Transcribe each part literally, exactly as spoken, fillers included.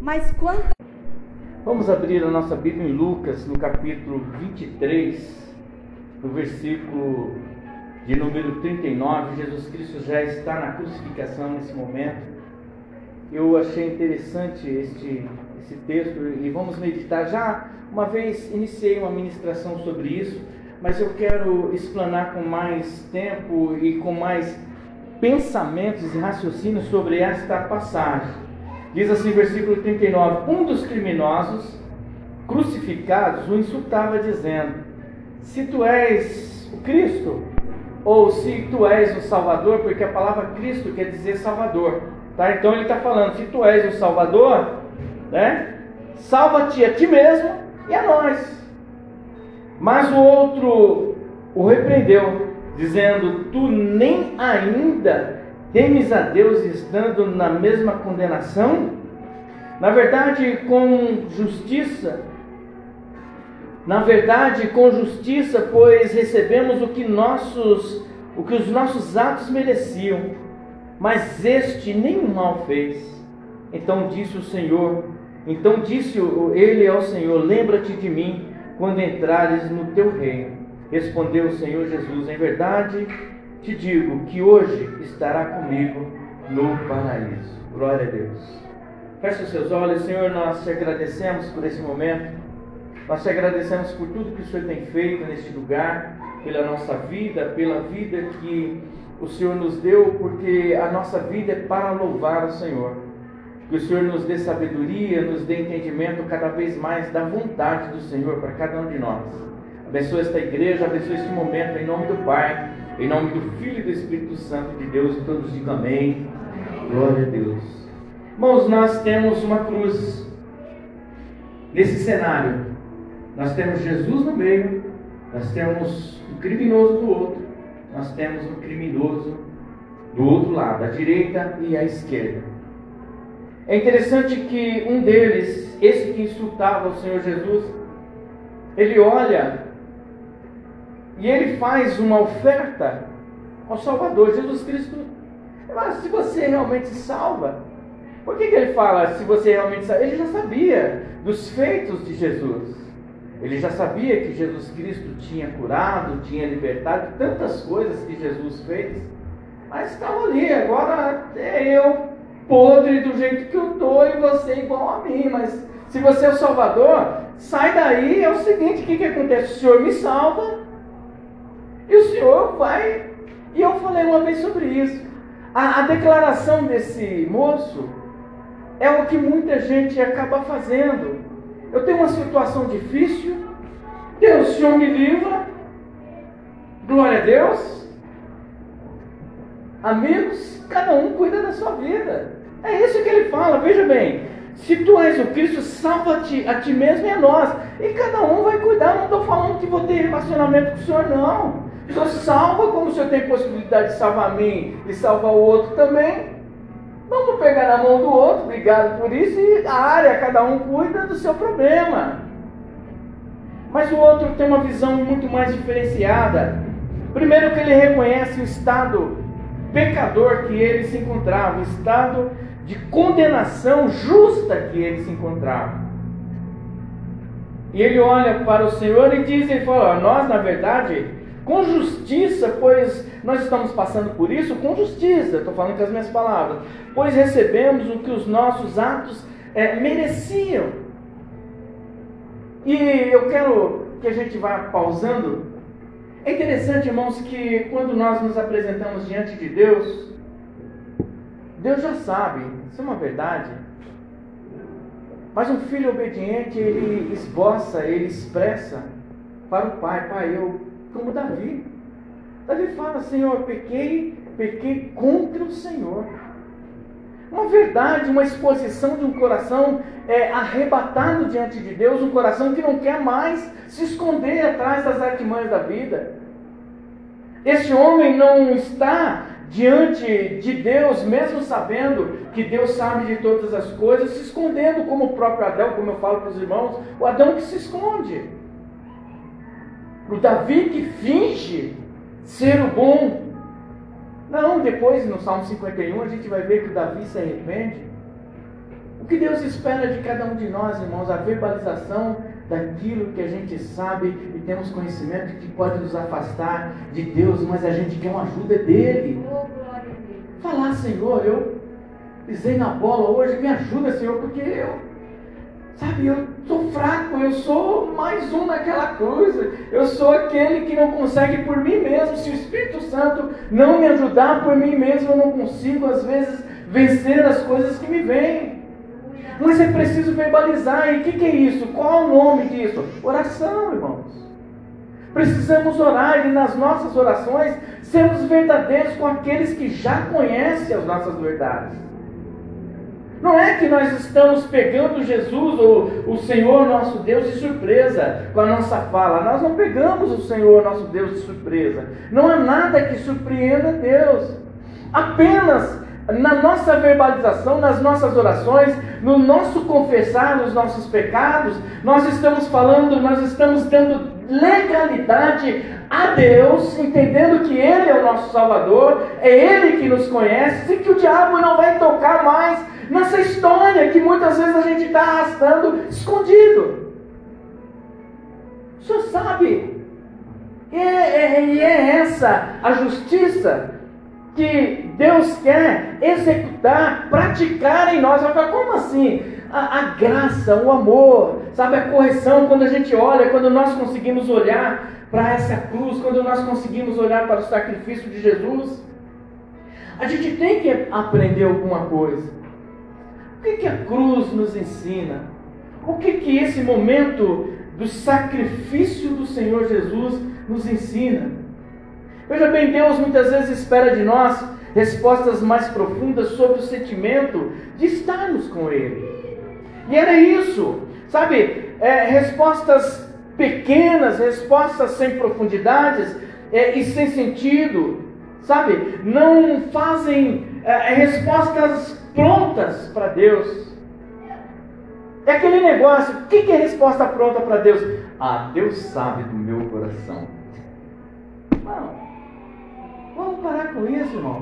Mas quanto... Vamos abrir a nossa Bíblia em Lucas, no capítulo vinte e três, no versículo de número trinta e nove. Jesus Cristo já está na crucificação nesse momento. Eu achei interessante este, esse texto e vamos meditar. Já uma vez iniciei uma ministração sobre isso, mas eu quero explanar com mais tempo e com mais pensamentos e raciocínios sobre esta passagem. Diz assim, versículo trinta e nove: um dos criminosos crucificados o insultava, dizendo: se tu és o Cristo, ou se tu és o Salvador, porque a palavra Cristo quer dizer Salvador, tá? Então ele está falando, se tu és o Salvador, né? Salva-te a ti mesmo e a nós. Mas o outro o repreendeu, dizendo: tu nem ainda temes a Deus estando na mesma condenação? Na verdade, com justiça, na verdade, com justiça, pois recebemos o que nossos, o que os nossos atos mereciam, mas este nenhum mal fez. Então disse o Senhor, então disse ele ao Senhor: lembra-te de mim quando entrares no teu reino. Respondeu o Senhor Jesus: em verdade te digo que hoje estará comigo no paraíso. Glória a Deus. Feche os seus olhos. Senhor, nós te agradecemos por esse momento. Nós te agradecemos por tudo que o Senhor tem feito neste lugar, pela nossa vida, pela vida que o Senhor nos deu, porque a nossa vida é para louvar o Senhor. Que o Senhor nos dê sabedoria, nos dê entendimento cada vez mais da vontade do Senhor para cada um de nós. Abençoa esta igreja, abençoa este momento, em nome do Pai, em nome do Filho e do Espírito Santo de Deus, e todos digam amém. Glória a Deus. Irmãos, nós temos uma cruz. Nesse cenário, nós temos Jesus no meio, nós temos o criminoso do outro, nós temos o criminoso do outro lado, à direita e à esquerda. É interessante que um deles, esse que insultava o Senhor Jesus, ele olha e ele faz uma oferta ao Salvador, Jesus Cristo. Mas se você realmente salva, por que que ele fala se você realmente salva? Ele já sabia dos feitos de Jesus. Ele já sabia que Jesus Cristo tinha curado, tinha libertado, tantas coisas que Jesus fez. Mas estava ali, agora é eu podre do jeito que eu estou e você igual a mim. Mas se você é o Salvador, sai daí. É o seguinte, o que que acontece? O Senhor me salva e o Senhor vai. E eu falei uma vez sobre isso. A, a declaração desse moço é o que muita gente acaba fazendo. Eu tenho uma situação difícil, Deus, o Senhor me livra, glória a Deus. Amigos, cada um cuida da sua vida. É isso que ele fala, veja bem. Se tu és o Cristo, salva-te a ti mesmo e a nós. E cada um vai cuidar. Não estou falando que vou ter relacionamento com o Senhor, não. O Senhor salva, como o Senhor tem possibilidade de salvar a mim e salvar o outro também. Vamos pegar na mão do outro, obrigado por isso, e a área, cada um cuida do seu problema. Mas o outro tem uma visão muito mais diferenciada. Primeiro que ele reconhece o estado pecador que ele se encontrava, o estado de condenação justa que ele se encontrava. E ele olha para o Senhor e diz, ele fala, nós na verdade, com justiça, pois nós estamos passando por isso, com justiça, estou falando com as minhas palavras, pois recebemos o que os nossos atos é, mereciam. E eu quero que a gente vá pausando. É interessante, irmãos, que quando nós nos apresentamos diante de Deus, Deus já sabe, isso é uma verdade. Mas um filho obediente, ele esboça, ele expressa para o pai, pai, eu, como Davi. Davi fala, Senhor, pequei, pequei contra o Senhor. Uma verdade, uma exposição de um coração é, arrebatado diante de Deus, um coração que não quer mais se esconder atrás das artimanhas da vida. Este homem não está diante de Deus, mesmo sabendo que Deus sabe de todas as coisas, se escondendo como o próprio Adão, como eu falo para os irmãos, o Adão que se esconde. O Davi que finge ser o bom. Não, depois no Salmo cinquenta e um a gente vai ver que o Davi se arrepende. O que Deus espera de cada um de nós, irmãos? A verbalização daquilo que a gente sabe e temos conhecimento que pode nos afastar de Deus, mas a gente quer uma ajuda dele. Falar, Senhor, eu pisei na bola hoje, me ajuda, Senhor, porque eu, sabe, eu sou fraco, eu sou mais um naquela coisa, eu sou aquele que não consegue por mim mesmo. Se o Espírito Santo não me ajudar por mim mesmo, eu não consigo, às vezes, vencer as coisas que me vêm. Mas é preciso verbalizar. E o que, que é isso? Qual é o nome disso? Oração, irmãos. Precisamos orar e nas nossas orações sermos verdadeiros com aqueles que já conhecem as nossas verdades. Não é que nós estamos pegando Jesus, ou o Senhor nosso Deus, de surpresa com a nossa fala. Nós não pegamos o Senhor nosso Deus de surpresa. Não há nada que surpreenda Deus. Apenas na nossa verbalização, nas nossas orações, no nosso confessar os nossos pecados, nós estamos falando, nós estamos dando legalidade a Deus, entendendo que Ele é o nosso Salvador, é Ele que nos conhece, e que o diabo não vai tocar mais nessa história que muitas vezes a gente está arrastando escondido. O Senhor sabe, e é, é, é essa a justiça que Deus quer executar, praticar em nós. Vai falar, como assim? A, a graça, o amor, sabe, a correção, quando a gente olha, quando nós conseguimos olhar para essa cruz, quando nós conseguimos olhar para o sacrifício de Jesus, a gente tem que aprender alguma coisa. O que, que a cruz nos ensina? O que, que esse momento do sacrifício do Senhor Jesus nos ensina? Veja bem, Deus muitas vezes espera de nós respostas mais profundas sobre o sentimento de estarmos com Ele. E era isso, sabe, é, respostas pequenas, respostas sem profundidades é, e sem sentido, sabe, não fazem é, respostas prontas para Deus. É aquele negócio, o que é resposta pronta para Deus? Ah, Deus sabe do meu coração. Não. Vamos parar com isso, irmãos.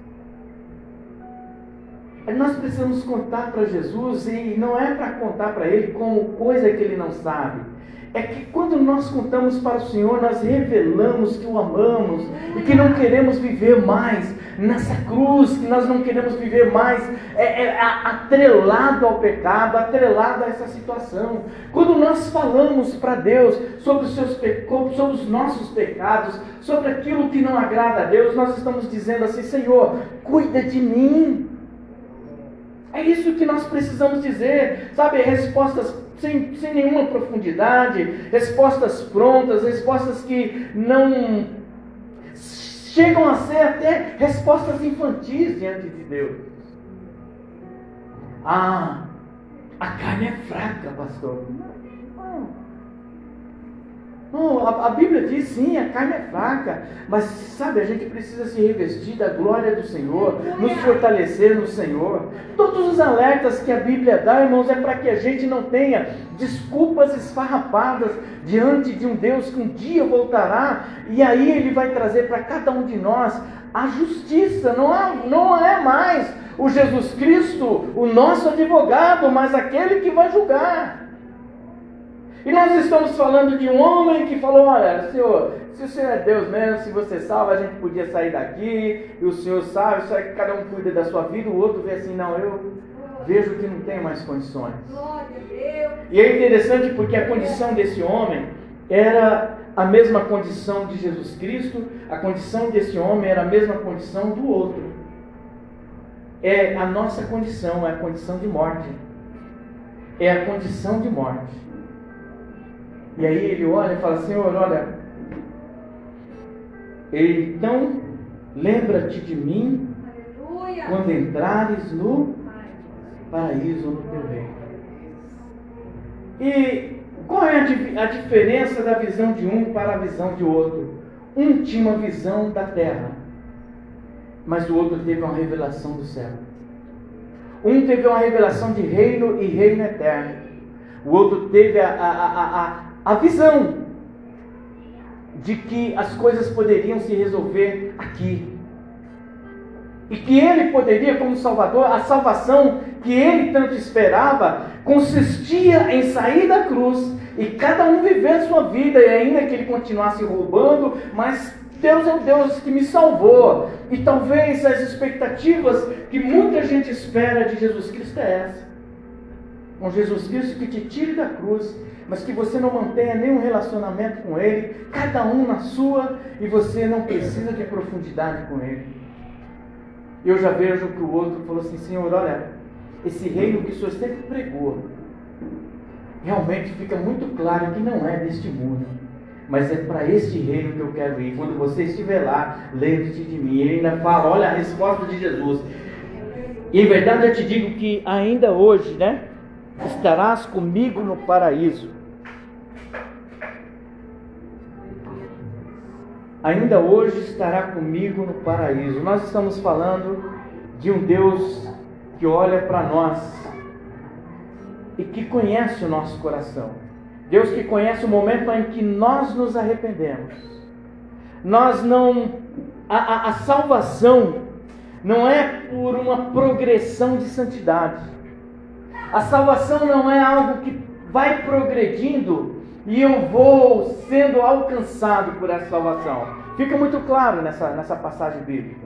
Nós precisamos contar para Jesus, e não é para contar para Ele como coisa que Ele não sabe. É que quando nós contamos para o Senhor, nós revelamos que o amamos e que não queremos viver mais nessa cruz, que nós não queremos viver mais é, é, atrelado ao pecado, atrelado a essa situação. Quando nós falamos para Deus sobre os, seus pe... sobre os nossos pecados, sobre aquilo que não agrada a Deus, nós estamos dizendo assim, Senhor, cuida de mim. É isso que nós precisamos dizer, sabe, respostas sem, sem nenhuma profundidade, respostas prontas, respostas que não chegam a ser até respostas infantis diante de Deus. Ah, a carne é fraca, pastor. Não. Não, a, a Bíblia diz sim, a carne é fraca, mas sabe, a gente precisa se revestir da glória do Senhor, nos fortalecer no Senhor. Todos os alertas que a Bíblia dá, irmãos, é para que a gente não tenha desculpas esfarrapadas diante de um Deus que um dia voltará, e aí Ele vai trazer para cada um de nós a justiça. Não é, não é mais o Jesus Cristo, o nosso advogado, mas aquele que vai julgar. E nós estamos falando de um homem que falou, olha, Senhor, se o Senhor é Deus mesmo, se você salva, a gente podia sair daqui, e o Senhor sabe, só que cada um cuida da sua vida, o outro vê assim, não, eu vejo que não tem mais condições. E é interessante porque a condição desse homem era a mesma condição de Jesus Cristo, a condição desse homem era a mesma condição do outro. É a nossa condição, é a condição de morte. É a condição de morte. E aí ele olha e fala, Senhor, olha, então lembra-te de mim quando entrares no paraíso, no teu reino. E qual é a, a diferença da visão de um para a visão de outro? Um tinha uma visão da terra, mas o outro teve uma revelação do céu. Um teve uma revelação de reino e reino eterno. O outro teve a, a, a, a A visão de que as coisas poderiam se resolver aqui. e que Ele poderia como Salvador, a salvação que Ele tanto esperava, consistia em sair da cruz e cada um viver a sua vida, e ainda que ele continuasse roubando, mas Deus é o Deus que me salvou. E talvez as expectativas que muita gente espera de Jesus Cristo é essa: um Jesus Cristo que te tire da cruz, mas que você não mantenha nenhum relacionamento com Ele, cada um na sua, e você não precisa de profundidade com Ele. Eu já vejo que o outro falou assim: Senhor, olha, esse reino que o Senhor sempre pregou, realmente fica muito claro que não é deste mundo, mas é para este reino que eu quero ir. Quando você estiver lá, lembre-te de mim. Ele ainda fala, olha a resposta de Jesus: e em verdade eu te digo que ainda hoje, né, estarás comigo no paraíso. Ainda hoje estará comigo no paraíso. Nós estamos falando de um Deus que olha para nós e que conhece o nosso coração. Deus que conhece o momento em que nós nos arrependemos. Nós não... A, a, a salvação não é por uma progressão de santidade. A salvação não é algo que vai progredindo e eu vou sendo alcançado por essa salvação. Fica muito claro nessa, nessa passagem bíblica.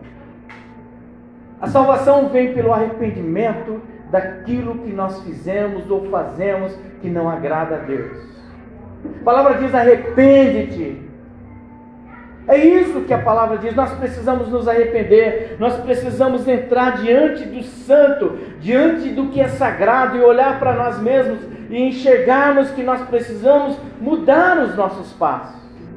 A salvação vem pelo arrependimento daquilo que nós fizemos ou fazemos que não agrada a Deus. A palavra diz: arrepende-te. É isso que a palavra diz. Nós precisamos nos arrepender. Nós precisamos entrar diante do santo, diante do que é sagrado, e olhar para nós mesmos e enxergarmos que nós precisamos mudar os nossos passos.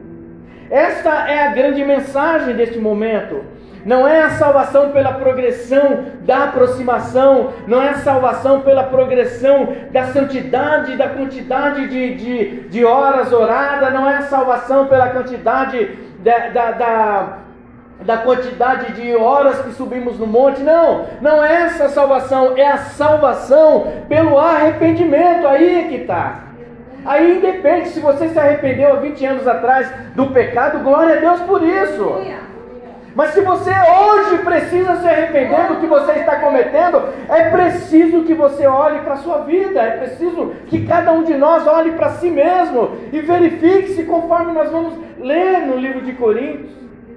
Esta é a grande mensagem deste momento. Não é a salvação pela progressão da aproximação, não é a salvação pela progressão da santidade, da quantidade de, de, de horas oradas, não é a salvação pela quantidade da, da, da, da quantidade de horas que subimos no monte. Não, não é essa a salvação, é a salvação pelo arrependimento. Aí é que está. Aí independe se você se arrependeu há vinte anos atrás do pecado, glória a Deus por isso. Mas se você hoje precisa se arrepender do que você está cometendo, é preciso que você olhe para a sua vida, é preciso que cada um de nós olhe para si mesmo e verifique-se, conforme nós vamos ler no livro de Coríntios.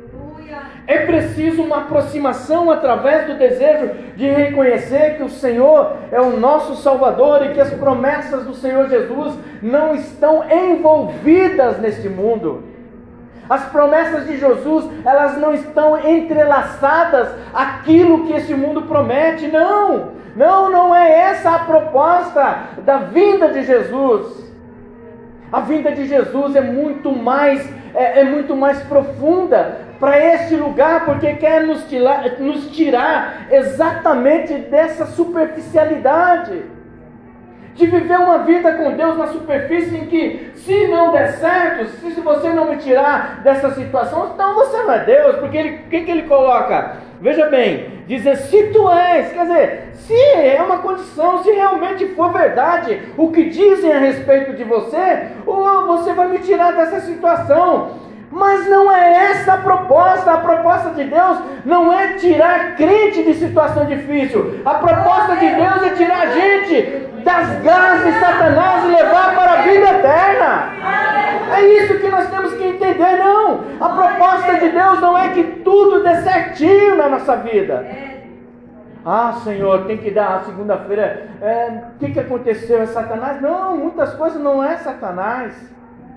É preciso uma aproximação através do desejo de reconhecer que o Senhor é o nosso Salvador e que as promessas do Senhor Jesus não estão envolvidas neste mundo. As promessas de Jesus, elas não estão entrelaçadas àquilo que esse mundo promete. Não, não, não é essa a proposta da vinda de Jesus. A vinda de Jesus é muito mais, é, é muito mais profunda para este lugar, porque quer nos tirar, nos tirar exatamente dessa superficialidade. De viver uma vida com Deus na superfície, em que, se não der certo, se, se você não me tirar dessa situação, então você não é Deus. Porque ele, o que, que ele coloca? Veja bem, dizer: se tu és, quer dizer, se é uma condição, se realmente for verdade o que dizem a respeito de você, ou você vai me tirar dessa situação. Mas não é essa a proposta. A proposta de Deus não é tirar crente de situação difícil. A proposta de Deus é tirar a gente das garras de Satanás e levar para a vida eterna. É isso que nós temos que entender. Não, a proposta de Deus não é que tudo dê certinho na nossa vida. Ah, Senhor, tem que dar a segunda-feira, é, o que, que aconteceu? É Satanás? Não, muitas coisas não é Satanás.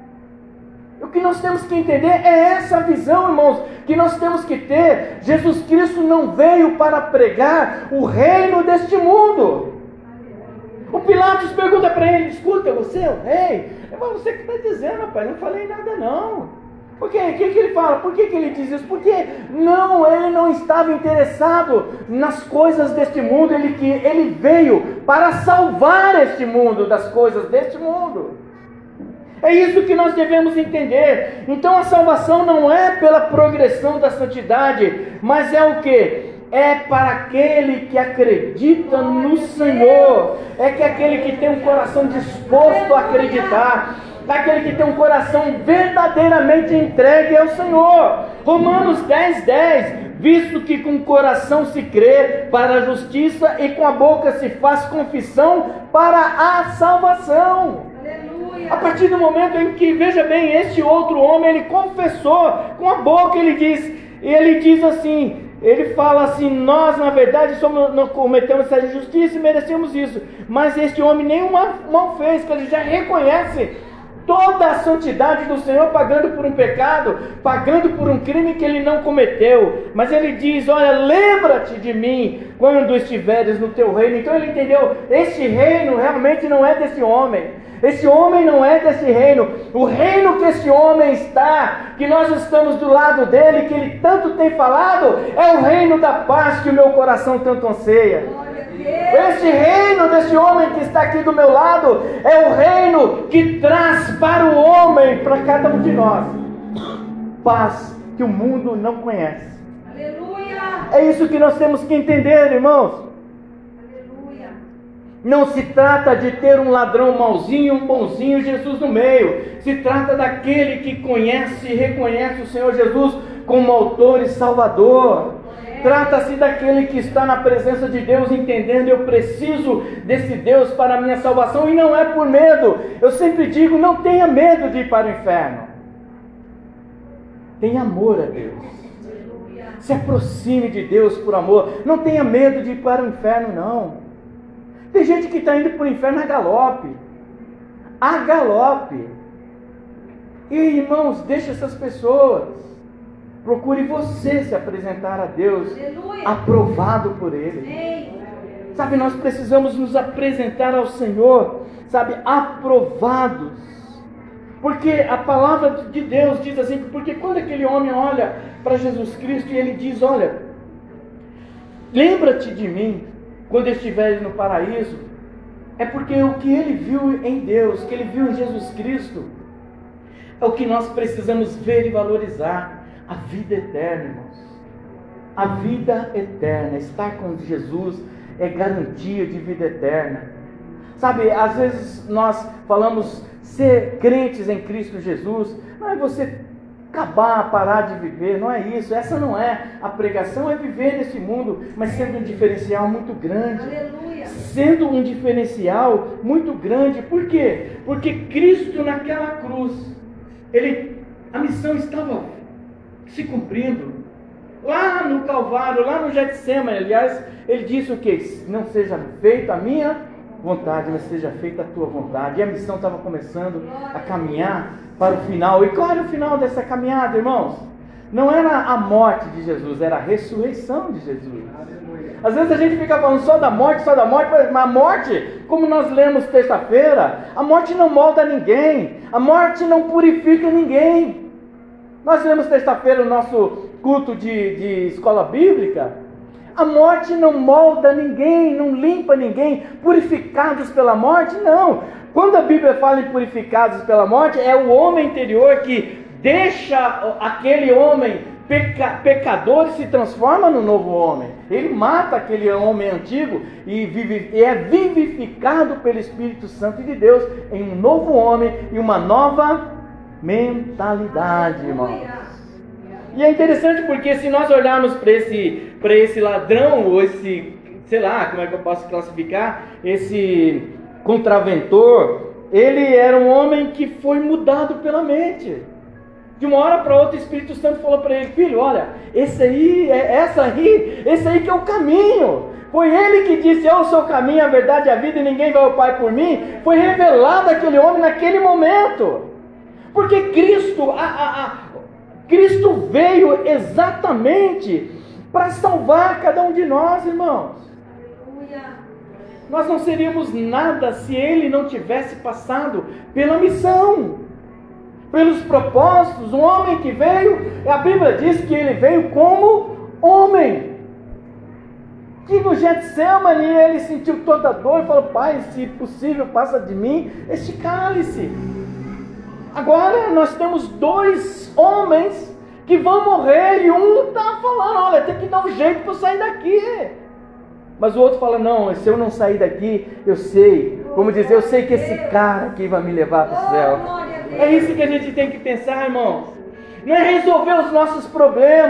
O que nós temos que entender é essa visão, irmãos, que nós temos que ter. Jesus Cristo não veio para pregar o reino deste mundo. O Pilatos pergunta para ele: escuta, você é o rei? É você que está dizendo, rapaz, não falei nada não. Por quê? O que, que ele fala? Por que, que ele diz isso? Porque não, ele não estava interessado nas coisas deste mundo. Ele, que, ele veio para salvar este mundo das coisas deste mundo. É isso que nós devemos entender. Então a salvação não é pela progressão da santidade, mas é o que? É para aquele que acredita no Senhor. É que aquele que tem um coração disposto a acreditar, aquele que tem um coração verdadeiramente entregue ao Senhor. Romanos dez, dez. visto que com o coração se crê para a justiça e com a boca se faz confissão para a salvação. A partir do momento em que, veja bem, este outro homem, ele confessou com a boca, ele diz, ele diz assim, ele fala assim, nós na verdade somos, não cometemos essa injustiça e merecemos isso, mas este homem nenhum mal fez, que ele já reconhece toda a santidade do Senhor, pagando por um pecado, pagando por um crime que ele não cometeu. Mas ele diz, olha, lembra-te de mim quando estiveres no teu reino. Então ele entendeu, este reino realmente não é desse homem, esse homem não é desse reino. O reino que esse homem está, que nós estamos do lado dele, que ele tanto tem falado, é o reino da paz que o meu coração tanto anseia. Este reino desse homem que está aqui do meu lado é o reino que traz para o homem, para cada um de nós, paz que o mundo não conhece. Aleluia! É isso que nós temos que entender, irmãos. Aleluia! Não se trata de ter um ladrão mauzinho, um bonzinho, Jesus no meio. Se trata daquele que conhece e reconhece o Senhor Jesus como autor e salvador. Trata-se daquele que está na presença de Deus, entendendo, eu preciso desse Deus para a minha salvação, e não é por medo. Eu sempre digo, não tenha medo de ir para o inferno. Tenha amor a Deus. Se aproxime de Deus por amor. Não tenha medo de ir para o inferno, não. Tem gente que está indo para o inferno a galope. A galope. E irmãos, deixa essas pessoas. Procure você se apresentar a Deus, aleluia, aprovado por Ele. Ei. Sabe, nós precisamos nos apresentar ao Senhor, sabe, aprovados. Porque a palavra de Deus diz assim, porque quando aquele homem olha para Jesus Cristo e ele diz, olha, lembra-te de mim quando estiveres no paraíso, é porque o que ele viu em Deus, que ele viu em Jesus Cristo, é o que nós precisamos ver e valorizar. A vida eterna, irmãos. A vida eterna, estar com Jesus é garantia de vida eterna. Sabe, às vezes nós falamos ser crentes em Cristo Jesus, não é você acabar, parar de viver, não é isso. Essa não é a pregação, é viver nesse mundo, mas sendo um diferencial muito grande. Aleluia. Sendo um diferencial muito grande. Por quê? Porque Cristo naquela cruz, ele, a missão estava se cumprindo, lá no Calvário, lá no Getsemane. Aliás, ele disse o que? Não seja feita a minha vontade, mas seja feita a tua vontade. E a missão estava começando a caminhar para o final. E qual era o final dessa caminhada, irmãos? Não era a morte de Jesus, era a ressurreição de Jesus. Às vezes a gente fica falando só da morte, só da morte, mas a morte, como nós lemos terça-feira, a morte não molda ninguém, a morte não purifica ninguém. Nós lemos terça-feira o nosso culto de, de escola bíblica. A morte não molda ninguém, não limpa ninguém. Purificados pela morte, não. Quando a Bíblia fala em purificados pela morte, é o homem interior que deixa aquele homem peca, pecador e se transforma no novo homem. Ele mata aquele homem antigo e, vive, e é vivificado pelo Espírito Santo de Deus em um novo homem e uma nova mentalidade, irmãos. E é interessante porque se nós olharmos para esse, para esse ladrão, ou esse, sei lá, como é que eu posso classificar, esse contraventor, ele era um homem que foi mudado pela mente. De uma hora para outra o Espírito Santo falou para ele, filho, olha, esse aí, essa aí, esse aí que é o caminho. Foi ele que disse, eu sou o caminho, a verdade e a vida, e ninguém vai ao Pai por mim. Foi revelado aquele homem naquele momento. Porque Cristo, a, a, a, Cristo veio exatamente para salvar cada um de nós, irmãos. Aleluia. Nós não seríamos nada se Ele não tivesse passado pela missão, pelos propósitos. Um homem que veio, a Bíblia diz que Ele veio como homem. Que no Getsemane ele sentiu toda a dor e falou, Pai, se possível, passa de mim este cálice. Agora nós temos dois homens que vão morrer e um está falando, olha, tem que dar um jeito para eu sair daqui. Mas o outro fala, não, se eu não sair daqui, eu sei, como dizer, eu sei que esse cara aqui vai me levar para o céu. É isso que a gente tem que pensar, irmãos. Não é resolver os nossos problemas,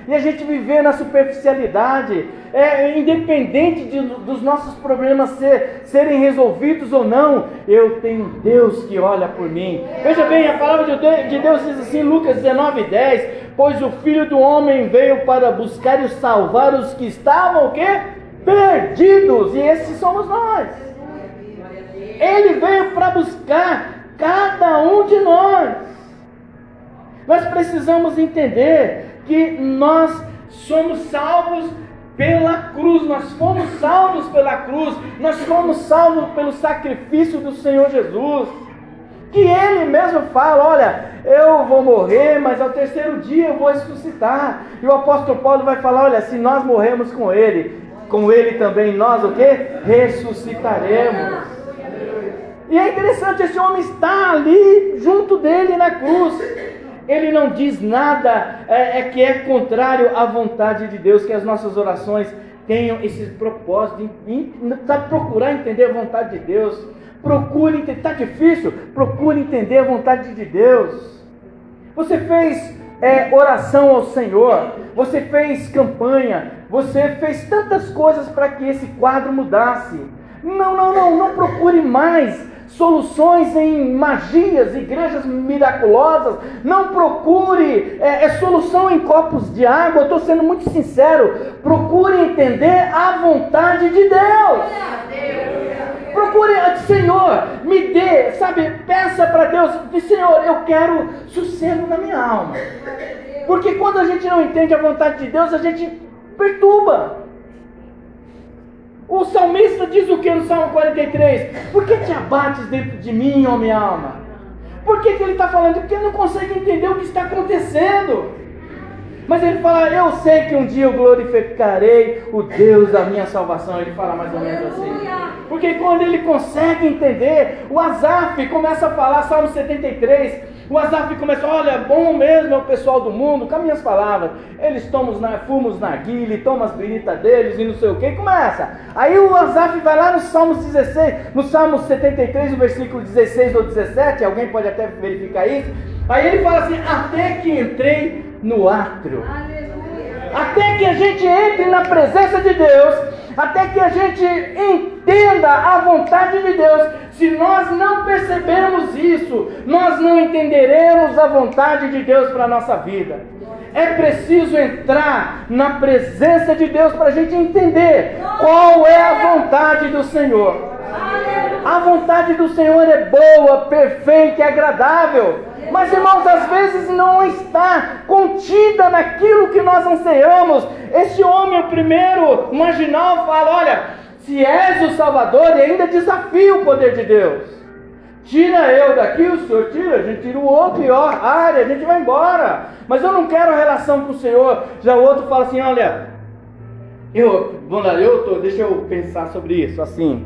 e a gente viver na superficialidade, é, independente de, dos nossos problemas ser, serem resolvidos ou não, eu tenho Deus que olha por mim. Veja bem, a palavra de Deus diz assim, Lucas dezenove, dez, pois o Filho do Homem veio para buscar e salvar os que estavam o quê? Perdidos, e esses somos nós. Ele veio para buscar cada um de nós. Nós precisamos entender que nós somos salvos pela cruz, nós fomos salvos pela cruz, nós fomos salvos pelo sacrifício do Senhor Jesus, que Ele mesmo fala, olha, eu vou morrer, mas ao terceiro dia eu vou ressuscitar. E o apóstolo Paulo vai falar, olha, se nós morremos com Ele, com Ele também nós o quê? Ressuscitaremos. E é interessante, esse homem está ali junto dele na cruz. Ele não diz nada é, é que é contrário à vontade de Deus, que as nossas orações tenham esse propósito de, de, de procurar entender a vontade de Deus. Procure entender, está difícil? Procure entender a vontade de Deus. Você fez é, oração ao Senhor, você fez campanha, você fez tantas coisas para que esse quadro mudasse. Não, não, não, não procure mais soluções em magias, igrejas miraculosas. Não procure é, é solução em copos de água. Eu estou sendo muito sincero. Procure entender a vontade de Deus. Procure, Senhor, me dê, sabe, peça para Deus, Senhor, eu quero sossego na minha alma. Porque quando a gente não entende a vontade de Deus, a gente perturba. O salmista diz o que no Salmo quarenta e três? Por que te abates dentro de mim, ó minha alma? Por que, que ele está falando? Porque ele não consegue entender o que está acontecendo. Mas ele fala, eu sei que um dia eu glorificarei o Deus da minha salvação. Ele fala mais ou menos assim. Porque quando ele consegue entender, o Asaf começa a falar, Salmo setenta e três, o Asaf começa, olha, bom mesmo é o pessoal do mundo, com as minhas palavras, eles tomam na, fumam na guile, tomam as biritas deles e não sei o que, e começa. Aí o Asaf vai lá no Salmo dezesseis, no Salmo setenta e três, no versículo dezesseis ou dezessete, alguém pode até verificar isso, aí ele fala assim, até que entrei no átrio. Aleluia. Até que a gente entre na presença de Deus, até que a gente entenda a vontade de Deus. Se nós não percebermos isso, nós não entenderemos a vontade de Deus para a nossa vida. É preciso entrar na presença de Deus para a gente entender qual é a vontade do Senhor. A vontade do Senhor é boa, perfeita e agradável. Mas, irmãos, às vezes não está contida naquilo que nós anseiamos. Esse homem, o primeiro marginal, fala, olha, se és o Salvador, e ainda desafia o poder de Deus. Tira eu daqui, o Senhor tira, a gente tira o outro e ó, área, a gente vai embora. Mas eu não quero relação com o Senhor. Já o outro fala assim, olha, eu, vamos lá, eu tô, deixa eu pensar sobre isso, assim.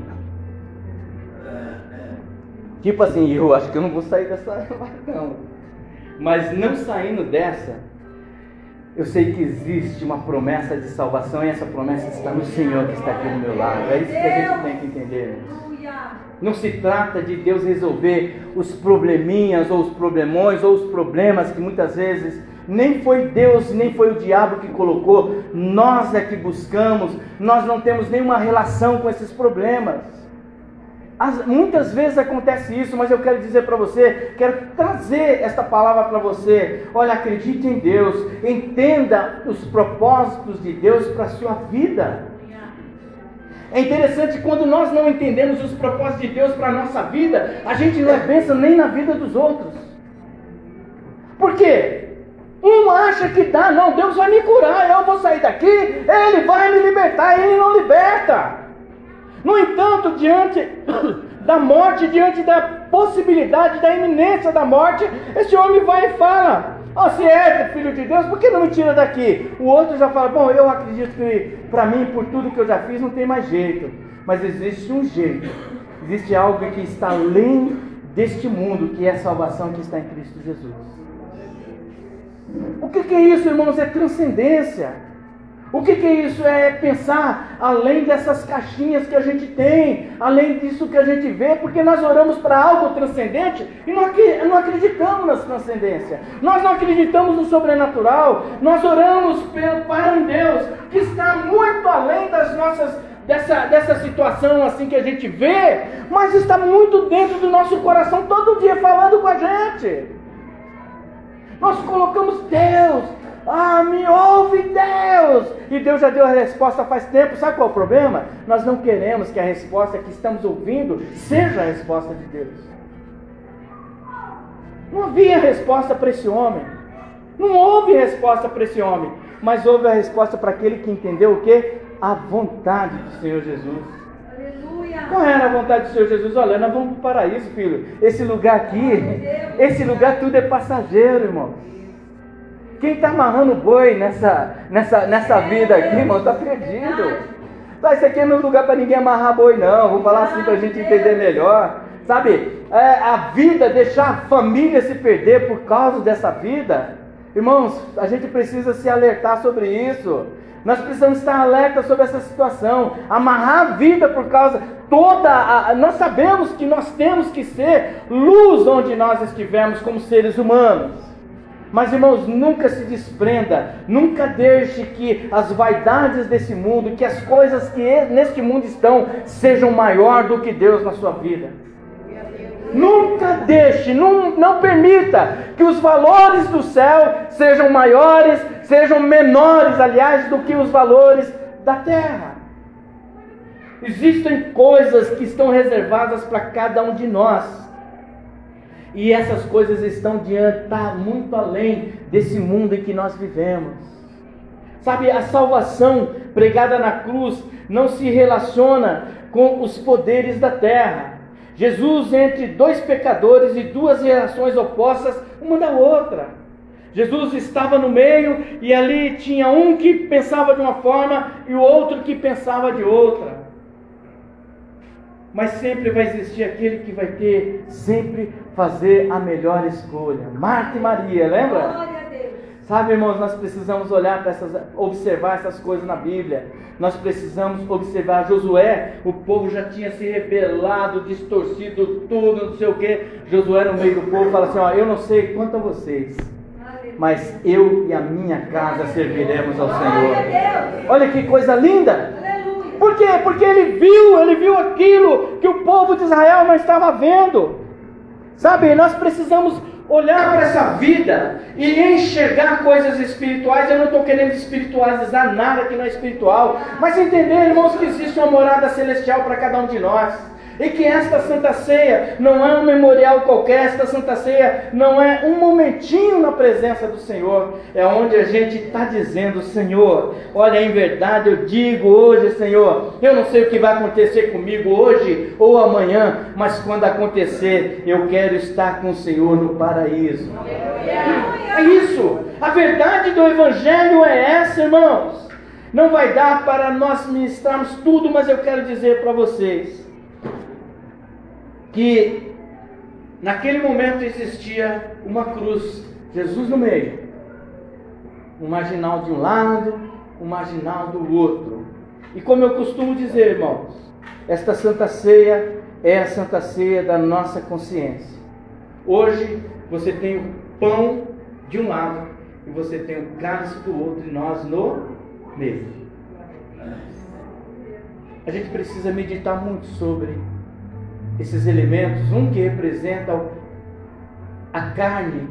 Tipo assim, eu acho que eu não vou sair dessa não. Mas não saindo dessa, eu sei que existe uma promessa de salvação e essa promessa está no Senhor que está aqui do meu lado. É isso que a gente tem que entender. Não se trata de Deus resolver os probleminhas ou os problemões ou os problemas que muitas vezes nem foi Deus, nem foi o diabo que colocou. Nós é que buscamos, nós não temos nenhuma relação com esses problemas. As, muitas vezes acontece isso, mas eu quero dizer para você, quero trazer esta palavra para você. Olha, acredite em Deus, entenda os propósitos de Deus para a sua vida. É interessante, quando nós não entendemos os propósitos de Deus para a nossa vida, a gente não é bênção nem na vida dos outros. Por quê? Um acha que dá, não, Deus vai me curar, eu vou sair daqui, Ele vai me libertar, Ele não liberta. No entanto, diante da morte, diante da possibilidade, da iminência da morte, esse homem vai e fala, oh, se é filho de Deus, por que não me tira daqui? O outro já fala, bom, eu acredito que para mim, por tudo que eu já fiz, não tem mais jeito. Mas existe um jeito, existe algo que está além deste mundo, que é a salvação que está em Cristo Jesus. O que, que é isso, irmãos? É transcendência. O que, que é isso? É pensar além dessas caixinhas que a gente tem, além disso que a gente vê, porque nós oramos para algo transcendente e não, não acreditamos na transcendência. Nós não acreditamos no sobrenatural. Nós oramos para um Deus que está muito além das nossas, dessa, dessa situação assim que a gente vê, mas está muito dentro do nosso coração todo dia falando com a gente. Nós colocamos Deus. Ah, me ouve, Deus! E Deus já deu a resposta faz tempo. Sabe qual é o problema? Nós não queremos que a resposta que estamos ouvindo seja a resposta de Deus. Não havia resposta para esse homem. Não houve resposta para esse homem. Mas houve a resposta para aquele que entendeu o quê? A vontade do Senhor Jesus. Aleluia! Qual era a vontade do Senhor Jesus? Olha, nós vamos para o paraíso, filho. Esse lugar aqui, esse lugar tudo é passageiro, irmão. Quem está amarrando boi nessa, nessa, nessa vida aqui, irmão, está perdido. Tá, isso aqui não é lugar para ninguém amarrar boi, não. Vou falar assim para a gente entender melhor. Sabe, é, a vida, deixar a família se perder por causa dessa vida. Irmãos, a gente precisa se alertar sobre isso. Nós precisamos estar alerta sobre essa situação. Amarrar a vida por causa toda a, nós sabemos que nós temos que ser luz onde nós estivermos como seres humanos. Mas, irmãos, nunca se desprenda, nunca deixe que as vaidades desse mundo, que as coisas que neste mundo estão, sejam maior do que Deus na sua vida. Nunca deixe, não, não permita que os valores do céu sejam maiores, sejam menores, aliás, do que os valores da terra. Existem coisas que estão reservadas para cada um de nós. E essas coisas estão diante, tá muito além desse mundo em que nós vivemos. Sabe, a salvação pregada na cruz não se relaciona com os poderes da terra. Jesus, entre dois pecadores e duas gerações opostas, uma da outra. Jesus estava no meio e ali tinha um que pensava de uma forma e o outro que pensava de outra. Mas sempre vai existir aquele que vai ter, sempre fazer a melhor escolha. Marta e Maria, lembra? Glória a Deus. Sabe, irmãos, nós precisamos olhar para essas, observar essas coisas na Bíblia. Nós precisamos observar Josué. O povo já tinha se rebelado, distorcido tudo, não sei o que. Josué no meio do povo fala assim, ó, eu não sei quanto a vocês, mas eu e a minha casa serviremos ao Senhor. Olha que coisa linda! Por quê? Porque ele viu, ele viu aquilo que o povo de Israel não estava vendo. Sabe, nós precisamos olhar para essa vida e enxergar coisas espirituais. Eu não estou querendo espiritualizar nada que não é espiritual, mas entender, irmãos, que existe uma morada celestial para cada um de nós. E que esta Santa Ceia não é um memorial qualquer, esta Santa Ceia não é um momentinho na presença do Senhor, é onde a gente está dizendo, Senhor, olha, em verdade eu digo hoje, Senhor, eu não sei o que vai acontecer comigo hoje ou amanhã, mas quando acontecer, eu quero estar com o Senhor no paraíso. É isso, a verdade do Evangelho é essa, irmãos. Não vai dar para nós ministrarmos tudo, mas eu quero dizer para vocês que naquele momento existia uma cruz, Jesus no meio, um marginal de um lado, um marginal do outro. E como eu costumo dizer, irmãos, esta Santa Ceia é a Santa Ceia da nossa consciência. Hoje você tem o pão de um lado e você tem o cálice do outro e nós no meio. A gente precisa meditar muito sobre esses elementos, um que representa a carne,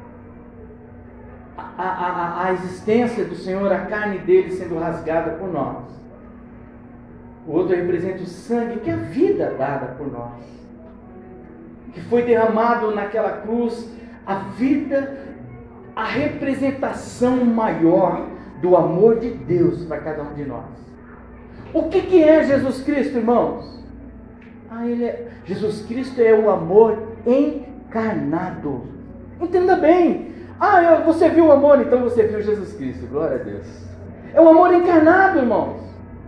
a, a, a existência do Senhor, a carne dele sendo rasgada por nós. O outro representa o sangue, que é a vida dada por nós, que foi derramado naquela cruz, a vida, a representação maior do amor de Deus para cada um de nós. O que, que é Jesus Cristo, irmãos? Ah, ele é, Jesus Cristo é o amor encarnado. Entenda bem. Ah, eu, você viu o amor, então você viu Jesus Cristo. Glória a Deus. É o amor encarnado, irmãos.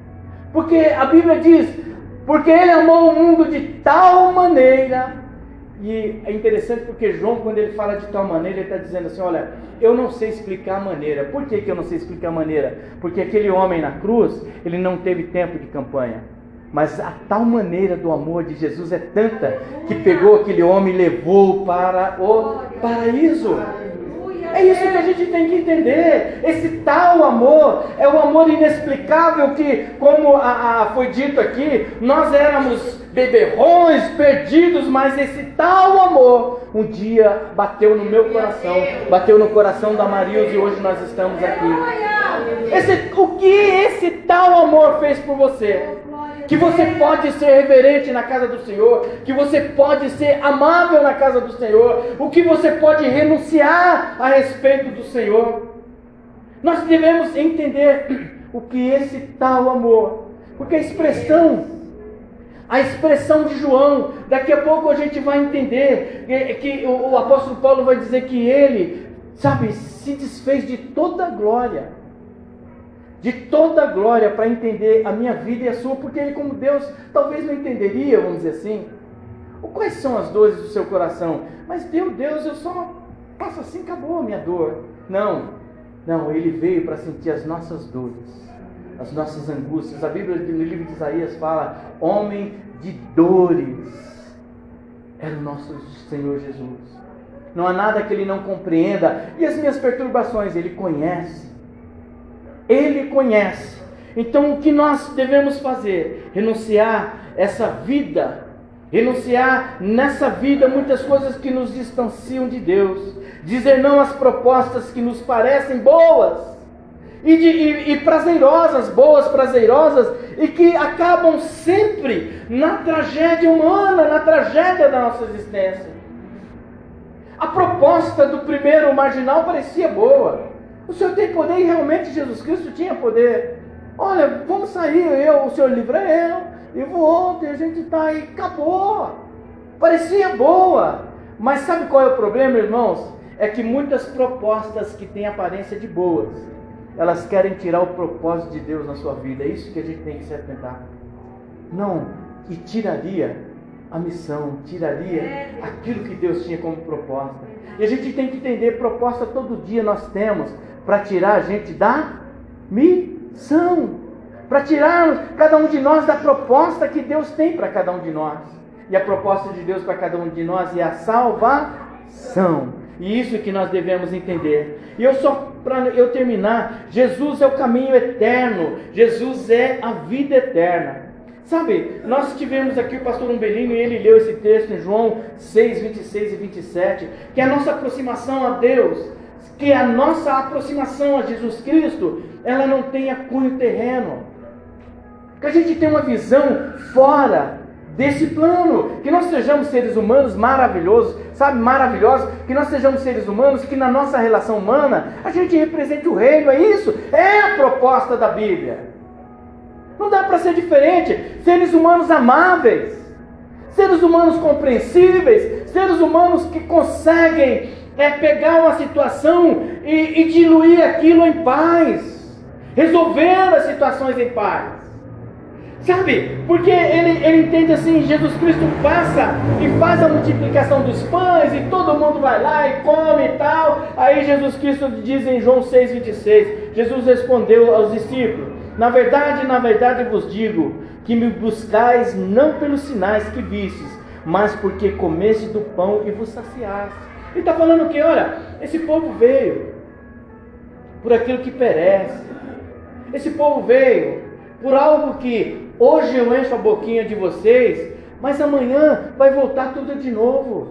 Porque a Bíblia diz, porque ele amou o mundo de tal maneira E é interessante porque João, quando ele fala de tal maneira, ele está dizendo assim, olha, eu não sei explicar a maneira. Por que que eu não sei explicar a maneira? Porque aquele homem na cruz, ele não teve tempo de campanha. Mas a tal maneira do amor de Jesus é tanta, que pegou aquele homem e levou para o paraíso. É isso que a gente tem que entender. Esse tal amor é o amor inexplicável que, como a, a, foi dito aqui, nós éramos beberrões, perdidos, mas esse tal amor um dia bateu no meu coração, bateu no coração da Marilza e hoje nós estamos aqui. Esse, o que esse tal amor fez por você? Que você pode ser reverente na casa do Senhor, que você pode ser amável na casa do Senhor, o que você pode renunciar a respeito do Senhor. Nós devemos entender o que esse tal amor, porque a expressão, a expressão de João, daqui a pouco a gente vai entender que o apóstolo Paulo vai dizer que ele, sabe, se desfez de toda a glória, de toda a glória para entender a minha vida e a sua, porque ele, como Deus, talvez não entenderia, vamos dizer assim, quais são as dores do seu coração. Mas Deus, Deus, eu só faço assim, acabou a minha dor. Não, não, ele veio para sentir as nossas dores, as nossas angústias. A Bíblia no livro de Isaías fala, homem de dores era o nosso Senhor Jesus. Não há nada que ele não compreenda. E as minhas perturbações, ele conhece. Ele conhece. Então o que nós devemos fazer? Renunciar essa vida, renunciar nessa vida muitas coisas que nos distanciam de Deus, dizer não às propostas que nos parecem boas e, de, e, e prazerosas, boas, prazerosas, e que acabam sempre na tragédia humana, na tragédia da nossa existência. A proposta do primeiro marginal parecia boa. O Senhor tem poder, e realmente Jesus Cristo tinha poder. Olha, vamos sair, eu, o Senhor livra eu, e o outro, e a gente está aí, acabou. Parecia boa, mas sabe qual é o problema, irmãos? É que muitas propostas que têm aparência de boas, elas querem tirar o propósito de Deus na sua vida. É isso que a gente tem que se atentar. Não, e tiraria a missão, tiraria aquilo que Deus tinha como proposta. E a gente tem que entender, proposta todo dia nós temos, para tirar a gente da missão, para tirar cada um de nós da proposta que Deus tem para cada um de nós. E a proposta de Deus para cada um de nós é a salvação. E isso que nós devemos entender. E eu só, para eu terminar, Jesus é o caminho eterno, Jesus é a vida eterna. Sabe, nós tivemos aqui o pastor Umbelino e ele leu esse texto em João seis, vinte e seis e vinte e sete, que a nossa aproximação a Deus, que a nossa aproximação a Jesus Cristo, ela não tenha cunho terreno, que a gente tenha uma visão fora desse plano, que nós sejamos seres humanos maravilhosos, sabe, maravilhosos, que nós sejamos seres humanos, que na nossa relação humana, a gente represente o reino, é isso, é a proposta da Bíblia. Não dá para ser diferente. Seres humanos amáveis, seres humanos compreensíveis, seres humanos que conseguem é, pegar uma situação e, e diluir aquilo em paz, resolver as situações em paz. Sabe? Porque ele, ele entende assim, Jesus Cristo passa e faz a multiplicação dos pães e todo mundo vai lá e come e tal. Aí Jesus Cristo diz em João seis, vinte e seis, Jesus respondeu aos discípulos: na verdade, na verdade vos digo, que me buscais não pelos sinais que vistes, mas porque comeste do pão e vos saciaste. Ele está falando que, olha, esse povo veio por aquilo que perece. Esse povo veio por algo que hoje eu encho a boquinha de vocês, mas amanhã vai voltar tudo de novo.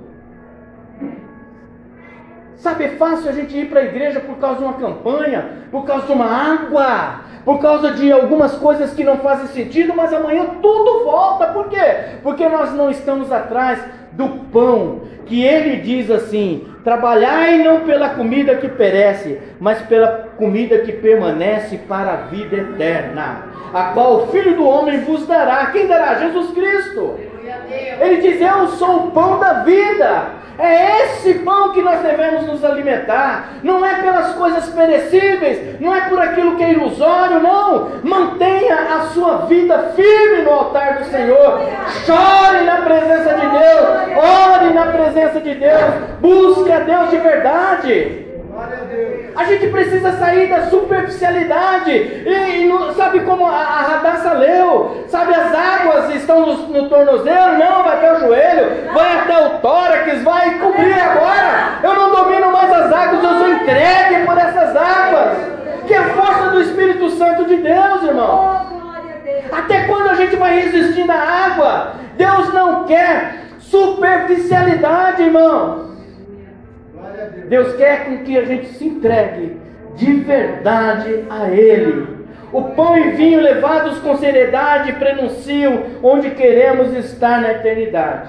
Sabe, é fácil a gente ir para a igreja por causa de uma campanha, por causa de uma água, por causa de algumas coisas que não fazem sentido, mas amanhã tudo volta. Por quê? Porque nós não estamos atrás do pão, que ele diz assim: trabalhai não pela comida que perece, mas pela comida que permanece para a vida eterna, a qual o Filho do Homem vos dará. Quem dará? Jesus Cristo. Ele diz: eu sou o pão da vida. É esse pão que nós devemos nos alimentar. Não é pelas coisas perecíveis, não é por aquilo que é ilusório, não. Mantenha a sua vida firme no altar do Senhor. Chore na presença de Deus, ore na presença presença de Deus. Busque a Deus de verdade. A gente precisa sair da superficialidade. E, e não, sabe como a, a Radassa leu? Sabe, as águas estão no, no tornozelo? Não, vai até o joelho, vai até o tórax, vai cobrir agora. Eu não domino mais as águas, eu sou entregue por essas águas. Que é a força do Espírito Santo de Deus, irmão. Até quando a gente vai resistir na água? Deus não quer superficialidade, irmão. Deus quer com que a gente se entregue de verdade a Ele. O pão e vinho levados com seriedade prenunciam onde queremos estar na eternidade.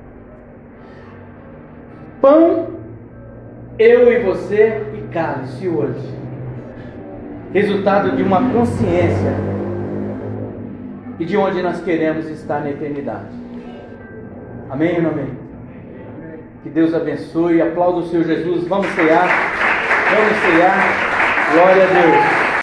Pão, eu e você, e cálice hoje. Resultado de uma consciência e de onde nós queremos estar na eternidade. Amém ou não amém? Que Deus abençoe. Aplauda o Senhor Jesus. Vamos cear. Vamos cear. Glória a Deus.